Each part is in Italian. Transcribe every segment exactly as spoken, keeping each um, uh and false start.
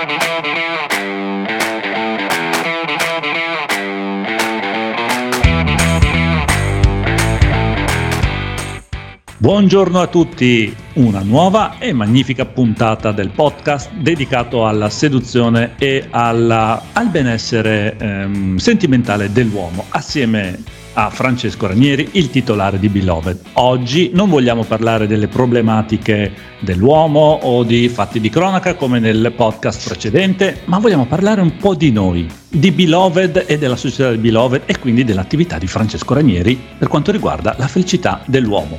Buongiorno a tutti, una nuova e magnifica puntata del podcast dedicato alla seduzione e alla, al benessere ehm, sentimentale dell'uomo, assieme a Francesco Ranieri, il titolare di Beloved. Oggi non vogliamo parlare delle problematiche dell'uomo o di fatti di cronaca come nel podcast precedente, ma vogliamo parlare un po' di noi, di Beloved e della società di Beloved e quindi dell'attività di Francesco Ranieri per quanto riguarda la felicità dell'uomo.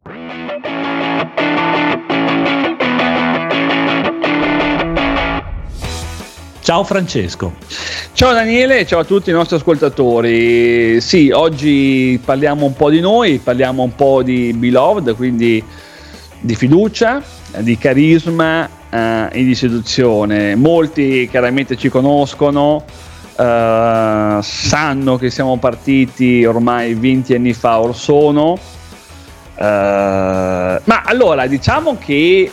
Ciao Francesco. Ciao Daniele, ciao a tutti i nostri ascoltatori. Sì, oggi parliamo un po' di noi, parliamo un po' di Beloved, quindi di fiducia, di carisma eh, e di seduzione. Molti chiaramente ci conoscono, eh, sanno che siamo partiti ormai venti anni fa or sono. Uh, ma allora diciamo che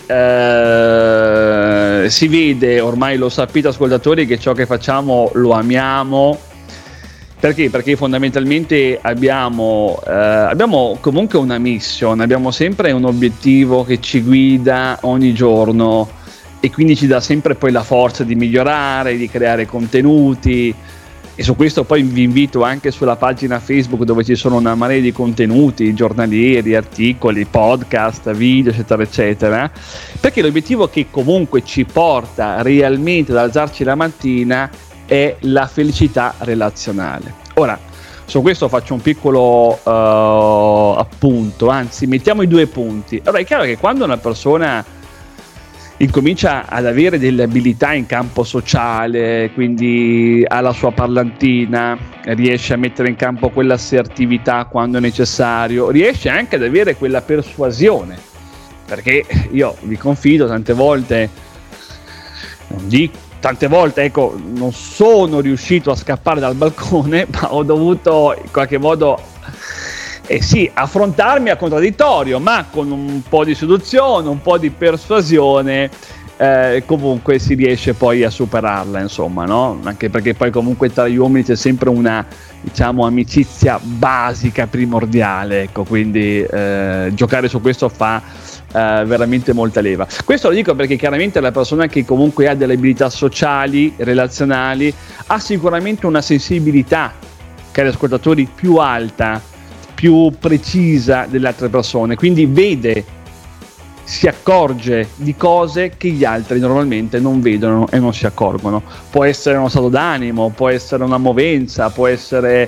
uh, si vede, ormai lo sapete ascoltatori, che ciò che facciamo lo amiamo. Perché? Perché fondamentalmente abbiamo, uh, abbiamo comunque una mission, abbiamo sempre un obiettivo che ci guida ogni giorno e quindi ci dà sempre poi la forza di migliorare, di creare contenuti. E su questo poi vi invito anche sulla pagina Facebook, dove ci sono una marea di contenuti giornalieri, articoli, podcast, video eccetera eccetera, perché l'obiettivo che comunque ci porta realmente ad alzarci la mattina è la felicità relazionale. Ora, su questo faccio un piccolo uh, appunto, anzi mettiamo i due punti. Allora, è chiaro che quando una persona incomincia ad avere delle abilità in campo sociale, quindi ha la sua parlantina, riesce a mettere in campo quell'assertività quando è necessario, riesce anche ad avere quella persuasione, perché io vi confido tante volte, non dico tante volte, ecco, non sono riuscito a scappare dal balcone, ma ho dovuto in qualche modo Eh sì, affrontarmi a contraddittorio, ma con un po' di seduzione, un po' di persuasione, eh, comunque si riesce poi a superarla, insomma, no? Anche perché poi comunque tra gli uomini c'è sempre una, diciamo, amicizia basica, primordiale, ecco, quindi eh, giocare su questo fa eh, veramente molta leva. Questo lo dico perché chiaramente la persona che comunque ha delle abilità sociali, relazionali, ha sicuramente una sensibilità, cari ascoltatori, più alta, più precisa delle altre persone, quindi vede, si accorge di cose che gli altri normalmente non vedono e non si accorgono. Può essere uno stato d'animo, può essere una movenza, può essere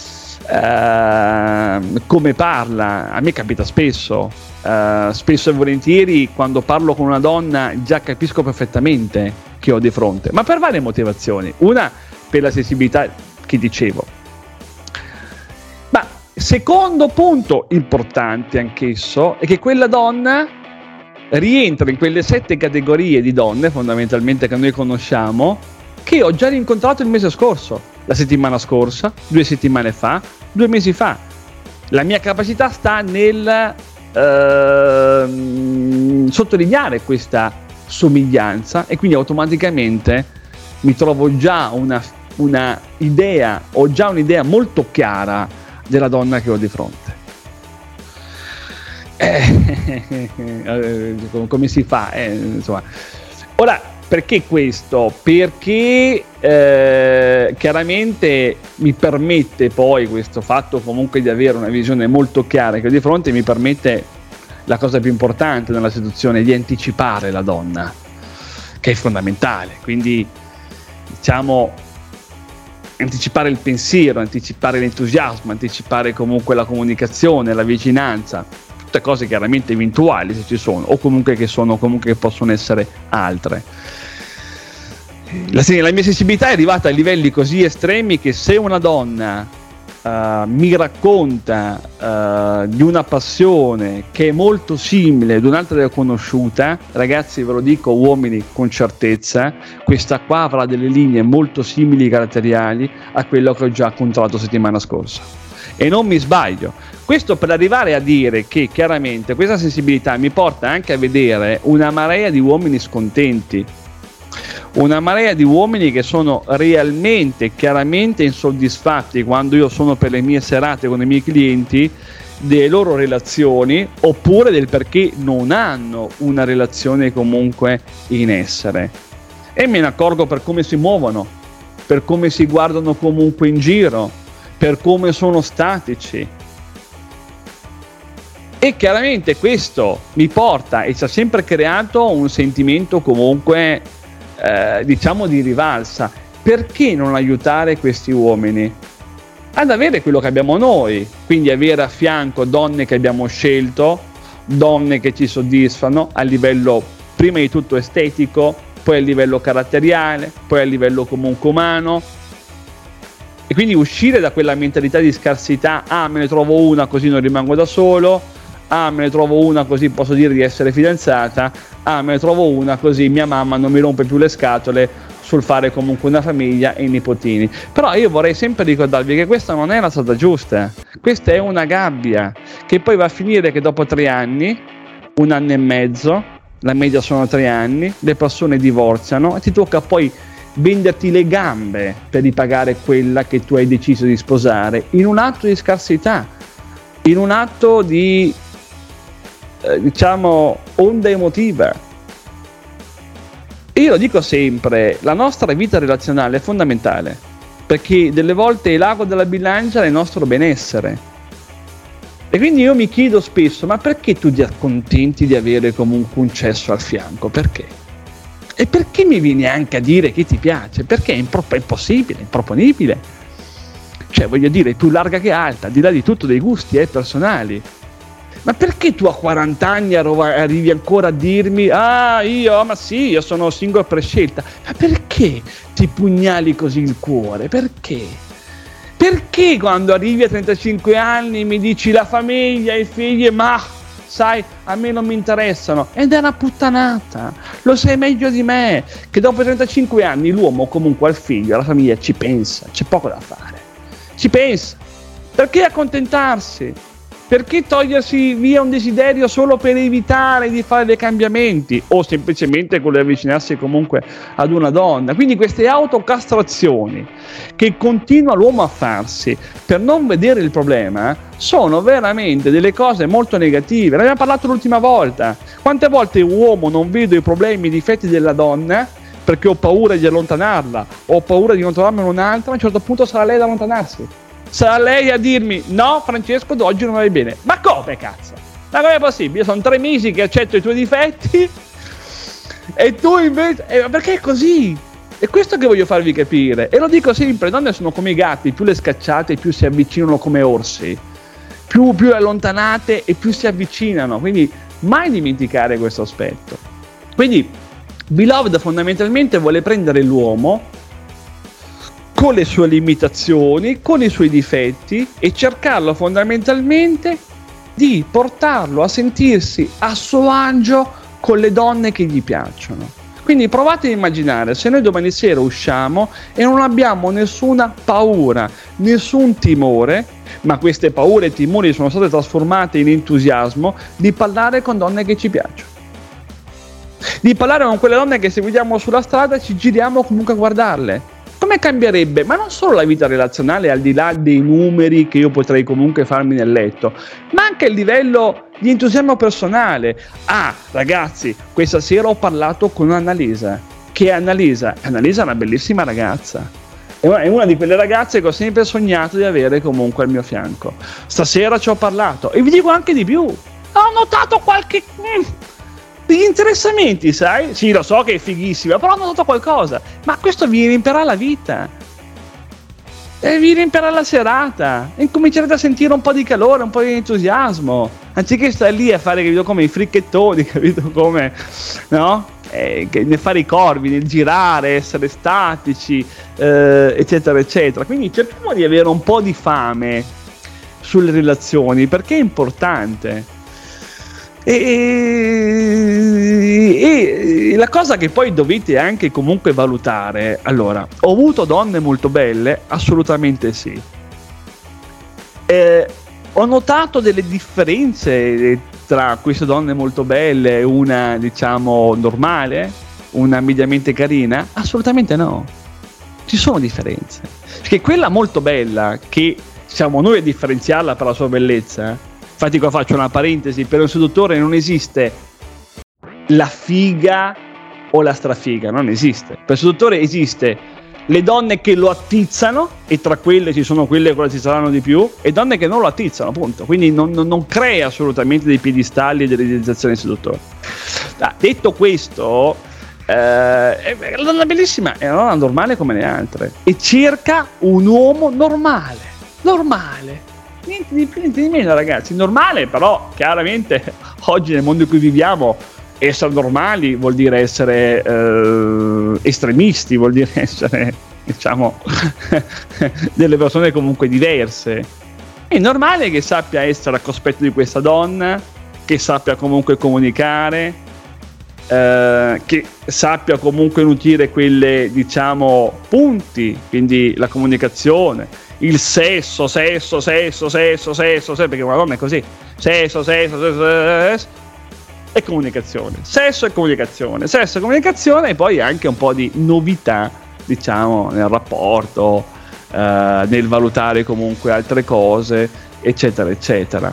eh, come parla. A me capita spesso, eh, spesso e volentieri quando parlo con una donna già capisco perfettamente che ho di fronte, ma per varie motivazioni. Una, per la sensibilità che dicevo. Secondo punto importante anch'esso è che quella donna rientra in quelle sette categorie di donne fondamentalmente che noi conosciamo, che ho già rincontrato il mese scorso, la settimana scorsa, due settimane fa, due mesi fa. La mia capacità sta nel eh, sottolineare questa somiglianza e quindi automaticamente mi trovo già una, una idea, ho già un'idea molto chiara della donna che ho di fronte. Eh, come si fa? Eh, insomma. Ora, perché questo? Perché eh, chiaramente mi permette poi questo fatto comunque di avere una visione molto chiara che ho di fronte, mi permette la cosa più importante nella seduzione, di anticipare la donna, che è fondamentale. Quindi diciamo anticipare il pensiero, anticipare l'entusiasmo, anticipare comunque la comunicazione, la vicinanza, tutte cose chiaramente eventuali se ci sono, o comunque che sono comunque che possono essere altre. La, la mia sensibilità è arrivata a livelli così estremi che se una donna uh, mi racconta uh, di una passione che è molto simile ad un'altra conosciuta, ragazzi, ve lo dico, uomini, con certezza, questa qua avrà delle linee molto simili caratteriali a quello che ho già controllato settimana scorsa. E non mi sbaglio. Questo per arrivare a dire che chiaramente questa sensibilità mi porta anche a vedere una marea di uomini scontenti, una marea di uomini che sono realmente, chiaramente insoddisfatti quando io sono per le mie serate con i miei clienti, delle loro relazioni, oppure del perché non hanno una relazione comunque in essere. E me ne accorgo per come si muovono, per come si guardano comunque in giro, per come sono statici. E chiaramente questo mi porta e ci ha sempre creato un sentimento comunque eh, diciamo di rivalsa. Perché non aiutare questi uomini ad avere quello che abbiamo noi, quindi avere a fianco donne che abbiamo scelto, donne che ci soddisfano a livello prima di tutto estetico, poi a livello caratteriale, poi a livello comunque umano, e quindi uscire da quella mentalità di scarsità: ah, me ne trovo una così non rimango da solo, ah, me ne trovo una così posso dire di essere fidanzata, ah, me ne trovo una così mia mamma non mi rompe più le scatole sul fare comunque una famiglia e i nipotini. Però io vorrei sempre ricordarvi che questa non è la strada giusta, questa è una gabbia che poi va a finire che dopo tre anni, un anno e mezzo, la media sono tre anni, le persone divorziano e ti tocca poi venderti le gambe per ripagare quella che tu hai deciso di sposare, in un atto di scarsità, in un atto di eh, diciamo onda emotiva. Io lo dico sempre, la nostra vita relazionale è fondamentale, perché delle volte è l'ago della bilancia del nostro benessere. E quindi io mi chiedo spesso: ma perché tu ti accontenti di avere comunque un cesso al fianco? Perché? E perché mi vieni anche a dire che ti piace? Perché è, impro- è impossibile, è improponibile. Cioè, voglio dire, più larga che alta, al di là di tutto dei gusti eh, personali. Ma perché tu a quaranta anni arrivi ancora a dirmi: ah, io, ma sì, io sono single per scelta? Ma perché ti pugnali così il cuore? Perché? Perché quando arrivi a trentacinque anni mi dici la famiglia, i figli, ma sai, a me non mi interessano? Ed è una puttanata, lo sai meglio di me, che dopo trentacinque anni l'uomo comunque al figlio, alla famiglia ci pensa, c'è poco da fare, ci pensa. Perché accontentarsi? Perché togliersi via un desiderio solo per evitare di fare dei cambiamenti o semplicemente con avvicinarsi comunque ad una donna? Quindi queste autocastrazioni che continua l'uomo a farsi per non vedere il problema sono veramente delle cose molto negative. Ne abbiamo parlato l'ultima volta. Quante volte uomo non vedo i problemi, i difetti della donna perché ho paura di allontanarla, ho paura di non trovarmene un'altra, a un certo punto sarà lei ad allontanarsi. Sarà lei a dirmi: no, Francesco, oggi non vai bene. Ma come cazzo? Ma come è possibile? Sono tre mesi che accetto i tuoi difetti e tu invece... Eh, perché è così? È questo che voglio farvi capire. E lo dico sempre: le donne sono come i gatti, più le scacciate più si avvicinano come orsi, più, più le allontanate e più si avvicinano. Quindi mai dimenticare questo aspetto. Quindi Beloved fondamentalmente vuole prendere l'uomo con le sue limitazioni, con i suoi difetti, e cercarlo fondamentalmente di portarlo a sentirsi a suo agio con le donne che gli piacciono. Quindi provate ad immaginare se noi domani sera usciamo e non abbiamo nessuna paura, nessun timore, ma queste paure e timori sono state trasformate in entusiasmo di parlare con donne che ci piacciono. Di parlare con quelle donne che se vediamo sulla strada ci giriamo comunque a guardarle. Come cambierebbe, ma non solo la vita relazionale al di là dei numeri che io potrei comunque farmi nel letto, ma anche a livello di entusiasmo personale. Ah, ragazzi, questa sera ho parlato con Annalisa. Che è Annalisa? Annalisa è una bellissima ragazza. È una, è una di quelle ragazze che ho sempre sognato di avere comunque al mio fianco. Stasera ci ho parlato e vi dico anche di più. Ho notato qualche... degli interessamenti, sai? Sì, lo so che è fighissima, però ho notato qualcosa. Ma questo vi riempirà la vita. E vi riempirà la serata. E comincerete a sentire un po' di calore, un po' di entusiasmo. Anziché stare lì a fare, capito, come i fricchettoni, capito, come, no? Eh, nel fare i corvi, nel girare, essere statici, eh, eccetera, eccetera. Quindi cerchiamo di avere un po' di fame sulle relazioni, perché è importante. E, e, e la cosa che poi dovete anche comunque valutare, allora, ho avuto donne molto belle? Assolutamente sì. Eh, ho notato delle differenze tra queste donne molto belle e una, diciamo, normale? una mediamente carina? Assolutamente no. Ci sono differenze. Perché quella molto bella, che siamo noi a differenziarla per la sua bellezza, infatti qua faccio una parentesi, per un seduttore non esiste la figa o la strafiga, non esiste. Per il seduttore esiste le donne che lo attizzano, e tra quelle ci sono quelle che lo attizzeranno di più, e donne che non lo attizzano, appunto. Quindi non, non, non crea assolutamente dei piedistalli e delle realizzazioni di seduttore. Ah, detto questo, eh, la donna bellissima è una donna normale come le altre e cerca un uomo normale, normale, niente di più, niente di meno, ragazzi. Normale, però chiaramente oggi nel mondo in cui viviamo essere normali vuol dire essere eh, estremisti, vuol dire essere, diciamo, delle persone comunque diverse. È normale che sappia essere a cospetto di questa donna, che sappia comunque comunicare, eh, che sappia comunque nutrire quelle, diciamo, punti, quindi la comunicazione, il sesso, sesso, sesso, sesso, sesso, sesso, perché una donna è così, sesso, sesso, sesso, sesso e comunicazione, sesso e comunicazione, sesso e comunicazione, e poi anche un po' di novità, diciamo, nel rapporto, eh, nel valutare comunque altre cose, eccetera, eccetera.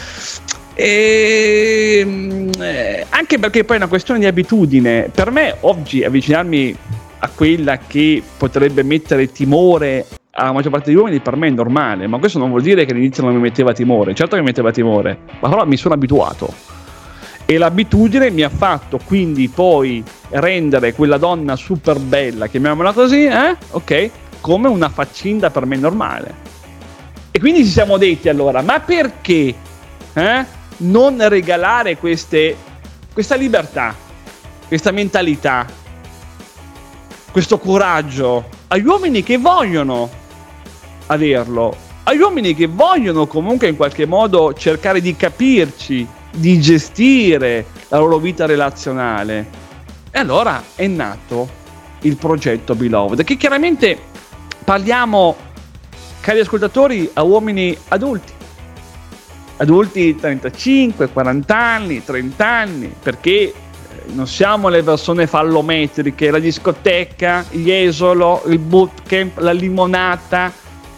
E, eh, anche perché poi è una questione di abitudine. Per me oggi avvicinarmi a quella che potrebbe mettere timore alla maggior parte degli uomini, per me è normale, ma questo non vuol dire che all'inizio non mi metteva timore. Certo che mi metteva timore, ma però mi sono abituato. E l'abitudine mi ha fatto quindi poi rendere quella donna super bella, chiamiamola così, eh? Ok, come una faccenda per me normale. E quindi ci siamo detti allora, ma perché eh, non regalare queste, questa libertà, questa mentalità, questo coraggio agli uomini che vogliono averlo, agli uomini che vogliono comunque in qualche modo cercare di capirci, di gestire la loro vita relazionale. E allora è nato il progetto Beloved, che chiaramente parliamo, cari ascoltatori, a uomini adulti adulti trentacinque, quaranta anni, trenta anni, perché non siamo le persone fallometriche, la discoteca, l'esolo, il bootcamp, la limonata,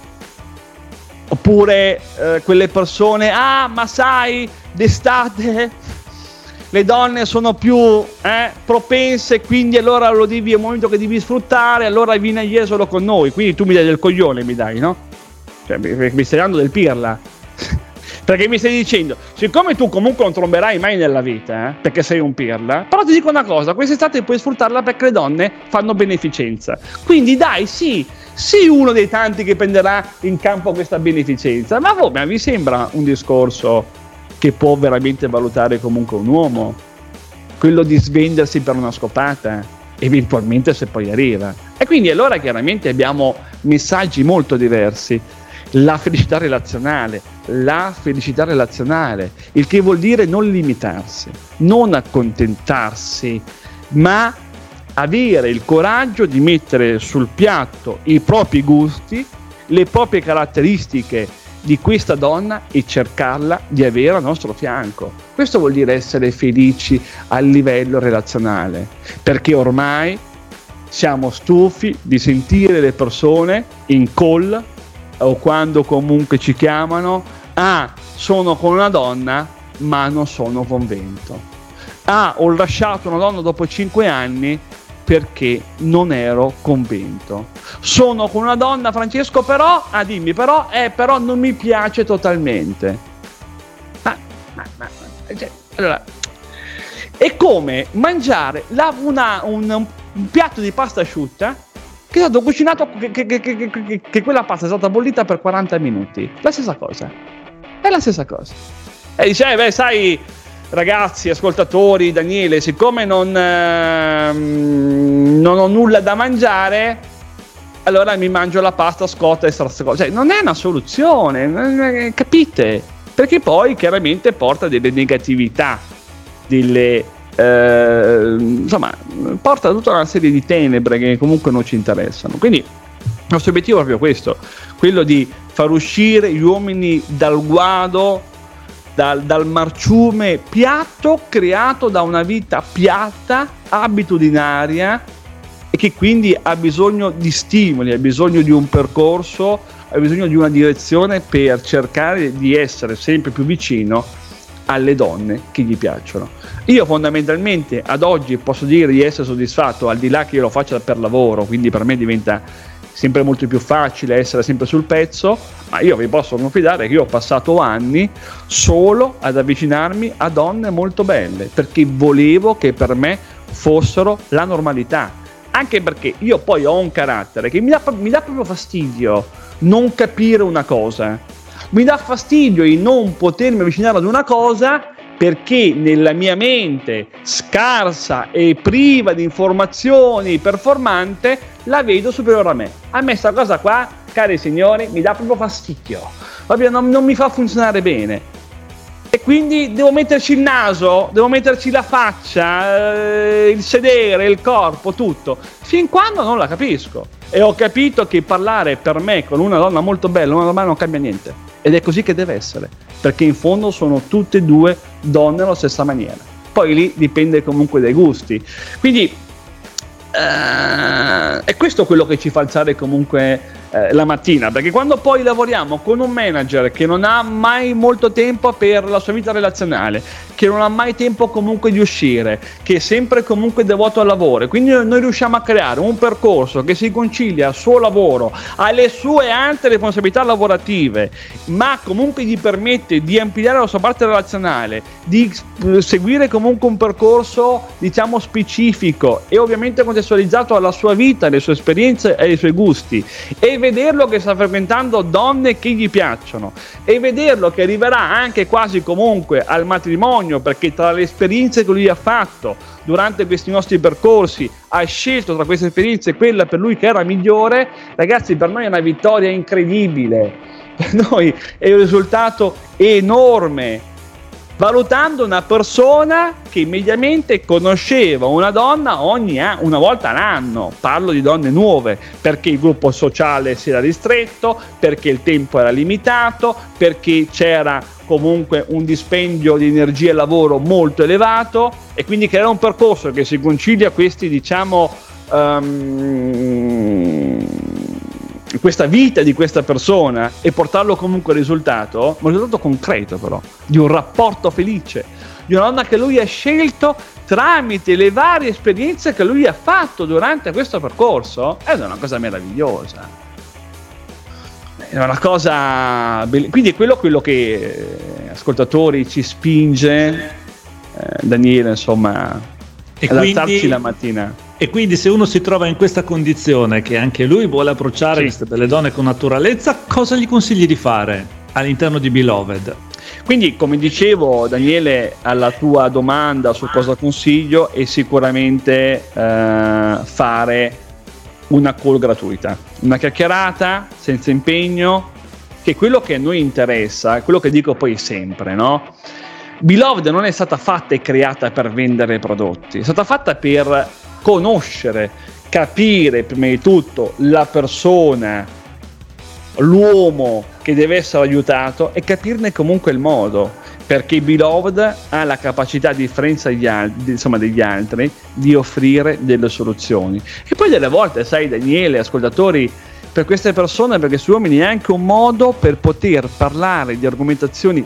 oppure eh, quelle persone, ah ma sai, d'estate le donne sono più eh, propense, quindi allora lo devi, è un momento che devi sfruttare, allora vieni all'esolo con noi, quindi tu mi dai del coglione, mi dai, no? Cioè mi, mi stai dando del pirla, perché mi stai dicendo, siccome tu comunque non tromberai mai nella vita, eh, perché sei un pirla, però ti dico una cosa, quest'estate puoi sfruttarla perché le donne fanno beneficenza, quindi dai, sì, sì, uno dei tanti che prenderà in campo questa beneficenza, ma voi, ma vi sembra un discorso che può veramente valutare comunque un uomo? Quello di svendersi per una scopata, eventualmente, se poi arriva. E quindi allora chiaramente abbiamo messaggi molto diversi. La felicità relazionale, la felicità relazionale, il che vuol dire non limitarsi, non accontentarsi, ma avere il coraggio di mettere sul piatto i propri gusti, le proprie caratteristiche di questa donna e cercarla di avere al nostro fianco. Questo vuol dire essere felici a livello relazionale, perché ormai siamo stufi di sentire le persone in call o quando comunque ci chiamano, ah, sono con una donna ma non sono convinto, ah, ho lasciato una donna dopo cinque anni perché non ero convinto, sono con una donna, Francesco, però, ah dimmi, però, eh, però non mi piace totalmente. Ma, ma, ma, cioè, allora, è come mangiare la, una, un, un piatto di pasta asciutta che è stato cucinato, che, che, che, che, che, che quella pasta è stata bollita per quaranta minuti. La stessa cosa, è la stessa cosa. E dice, eh, beh, sai, ragazzi, ascoltatori, Daniele, siccome non, eh, non ho nulla da mangiare, allora mi mangio la pasta scotta e strascotta. Cioè, non è una soluzione, capite? Perché poi chiaramente porta delle negatività, delle eh, insomma, porta tutta una serie di tenebre che comunque non ci interessano. Quindi il nostro obiettivo è proprio questo, quello di far uscire gli uomini dal guado dal, dal marciume piatto creato da una vita piatta, abitudinaria, e che quindi ha bisogno di stimoli, ha bisogno di un percorso, ha bisogno di una direzione per cercare di essere sempre più vicino alle donne che gli piacciono. Io fondamentalmente ad oggi posso dire di essere soddisfatto, al di là che io lo faccia per lavoro, quindi per me diventa sempre molto più facile essere sempre sul pezzo, ma io vi posso confidare che io ho passato anni solo ad avvicinarmi a donne molto belle, perché volevo che per me fossero la normalità, anche perché io poi ho un carattere che mi dà, mi dà proprio fastidio non capire una cosa, mi dà fastidio di non potermi avvicinare ad una cosa perché nella mia mente scarsa e priva di informazioni performante la vedo superiore a me. A me sta cosa qua, cari signori, mi dà proprio fastidio, proprio non, non mi fa funzionare bene, e quindi devo metterci il naso, devo metterci la faccia, eh, il sedere, il corpo, tutto, fin quando non la capisco. E ho capito che parlare per me con una donna molto bella, una donna non cambia niente, ed è così che deve essere, perché in fondo sono tutte e due donne alla stessa maniera. Poi lì dipende comunque dai gusti, quindi eh, è questo quello che ci fa alzare comunque eh, la mattina, perché quando poi lavoriamo con un manager che non ha mai molto tempo per la sua vita relazionale, che non ha mai tempo comunque di uscire, che è sempre comunque devoto al lavoro, e quindi noi riusciamo a creare un percorso che si concilia al suo lavoro, alle sue altre responsabilità lavorative, ma comunque gli permette di ampliare la sua parte relazionale, di seguire comunque un percorso diciamo specifico e ovviamente contestualizzato alla sua vita, alle sue esperienze e ai suoi gusti, e vederlo che sta frequentando donne che gli piacciono, e vederlo che arriverà anche quasi comunque al matrimonio, perché tra le esperienze che lui ha fatto durante questi nostri percorsi ha scelto tra queste esperienze quella per lui che era migliore. Ragazzi, per noi è una vittoria incredibile, per noi è un risultato enorme, valutando una persona che mediamente conosceva una donna ogni anno, una volta all'anno. Parlo di donne nuove, perché il gruppo sociale si era ristretto, perché il tempo era limitato, perché c'era comunque un dispendio di energia e lavoro molto elevato, e quindi creare un percorso che si concilia questi diciamo um, questa vita di questa persona e portarlo comunque al risultato, un risultato concreto però, di un rapporto felice, di una donna che lui ha scelto tramite le varie esperienze che lui ha fatto durante questo percorso, è una cosa meravigliosa, è una cosa be- quindi è quello, quello che eh, ascoltatori ci spinge, eh, Daniele, insomma, e ad quindi... alzarci la mattina. E quindi se uno si trova in questa condizione, che anche lui vuole approcciare sì. queste belle donne con naturalezza, cosa gli consigli di fare all'interno di Beloved? Quindi, come dicevo, Daniele, alla tua domanda su cosa consiglio è sicuramente eh, fare una call gratuita, una chiacchierata senza impegno, che è quello che a noi interessa, quello che dico poi sempre, no? Beloved non è stata fatta e creata per vendere prodotti, è stata fatta per conoscere, capire prima di tutto la persona, l'uomo che deve essere aiutato, e capirne comunque il modo, perché Beloved ha la capacità, a differenza degli altri, insomma, degli altri, di offrire delle soluzioni. E poi delle volte, sai Daniele, ascoltatori, per queste persone, per questi uomini, è anche un modo per poter parlare di argomentazioni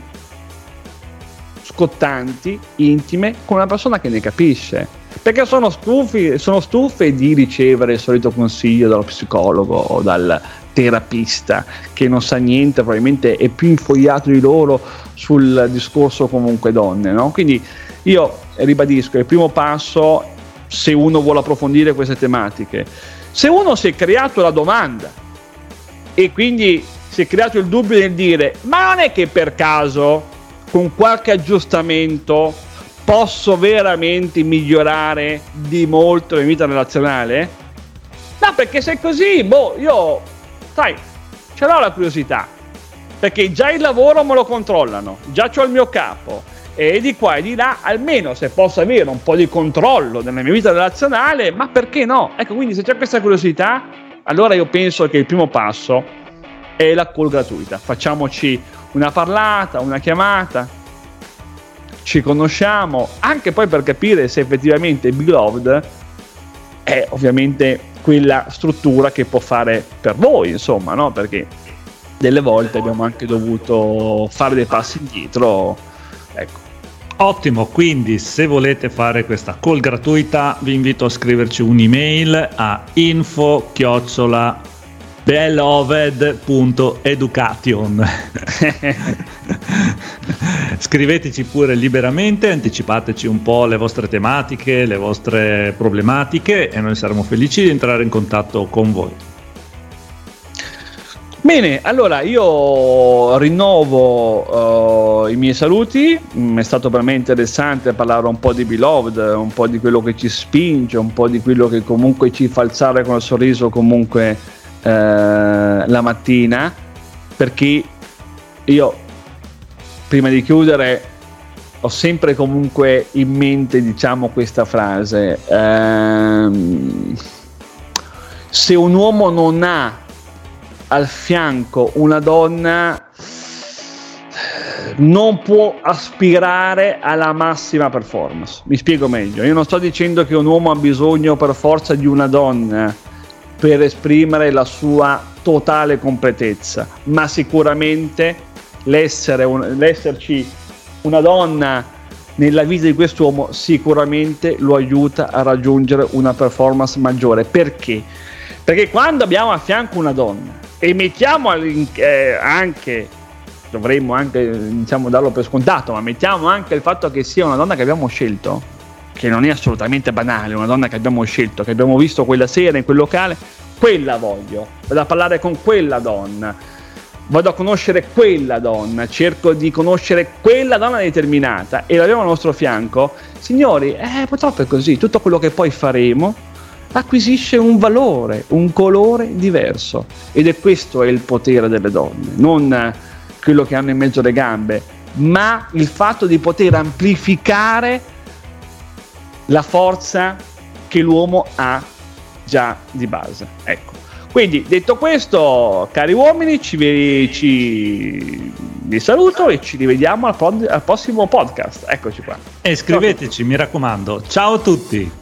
scottanti, intime, con una persona che ne capisce, perché sono stufi, sono stufe di ricevere il solito consiglio dallo psicologo o dal terapista che non sa niente, probabilmente è più infogliato di loro sul discorso comunque donne, no? Quindi io ribadisco, il primo passo, se uno vuole approfondire queste tematiche, se uno si è creato la domanda e quindi si è creato il dubbio nel dire ma non è che per caso con qualche aggiustamento posso veramente migliorare di molto la mia vita relazionale? No, perché se è così, boh, io, sai, ce l'ho la curiosità, perché già il lavoro me lo controllano, già c'ho il mio capo, e di qua e di là, almeno se posso avere un po' di controllo nella mia vita relazionale, ma perché no? Ecco, quindi se c'è questa curiosità, allora io penso che il primo passo è la call gratuita. Facciamoci una parlata, una chiamata, ci conosciamo, anche poi per capire se effettivamente Beloved è ovviamente quella struttura che può fare per voi, insomma, no? Perché delle volte abbiamo anche dovuto fare dei passi indietro, ecco. Ottimo, quindi se volete fare questa call gratuita vi invito a scriverci un'email a info chiocciola beloved punto education. Scriveteci pure liberamente, anticipateci un po' le vostre tematiche, le vostre problematiche e noi saremo felici di entrare in contatto con voi. Bene, allora io rinnovo uh, i miei saluti. Mm, è stato per me interessante parlare un po' di Beloved, un po' di quello che ci spinge, un po' di quello che comunque ci fa alzare con il sorriso comunque uh, la mattina, perché io prima di chiudere ho sempre comunque in mente, diciamo, questa frase: ehm, se un uomo non ha al fianco una donna non può aspirare alla massima performance. Mi spiego meglio: io non sto dicendo che un uomo ha bisogno per forza di una donna per esprimere la sua totale completezza, ma sicuramente l'essere un, l'esserci una donna nella vita di quest'uomo sicuramente lo aiuta a raggiungere una performance maggiore. Perché? Perché quando abbiamo a fianco una donna e mettiamo eh, anche, dovremmo anche, diciamo, darlo per scontato, ma mettiamo anche il fatto che sia una donna che abbiamo scelto, che non è assolutamente banale, una donna che abbiamo scelto, che abbiamo visto quella sera in quel locale, quella voglio, vado a parlare con quella donna, vado a conoscere quella donna, cerco di conoscere quella donna determinata e l'abbiamo al nostro fianco. Signori, eh, purtroppo è così, tutto quello che poi faremo acquisisce un valore, un colore diverso, ed è questo è il potere delle donne, non quello che hanno in mezzo alle gambe, ma il fatto di poter amplificare la forza che l'uomo ha già di base. Ecco. Quindi, detto questo, cari uomini, ci, ci vi saluto e ci rivediamo al, pod, al prossimo podcast. Eccoci qua. E scriveteci, mi raccomando. Ciao a tutti.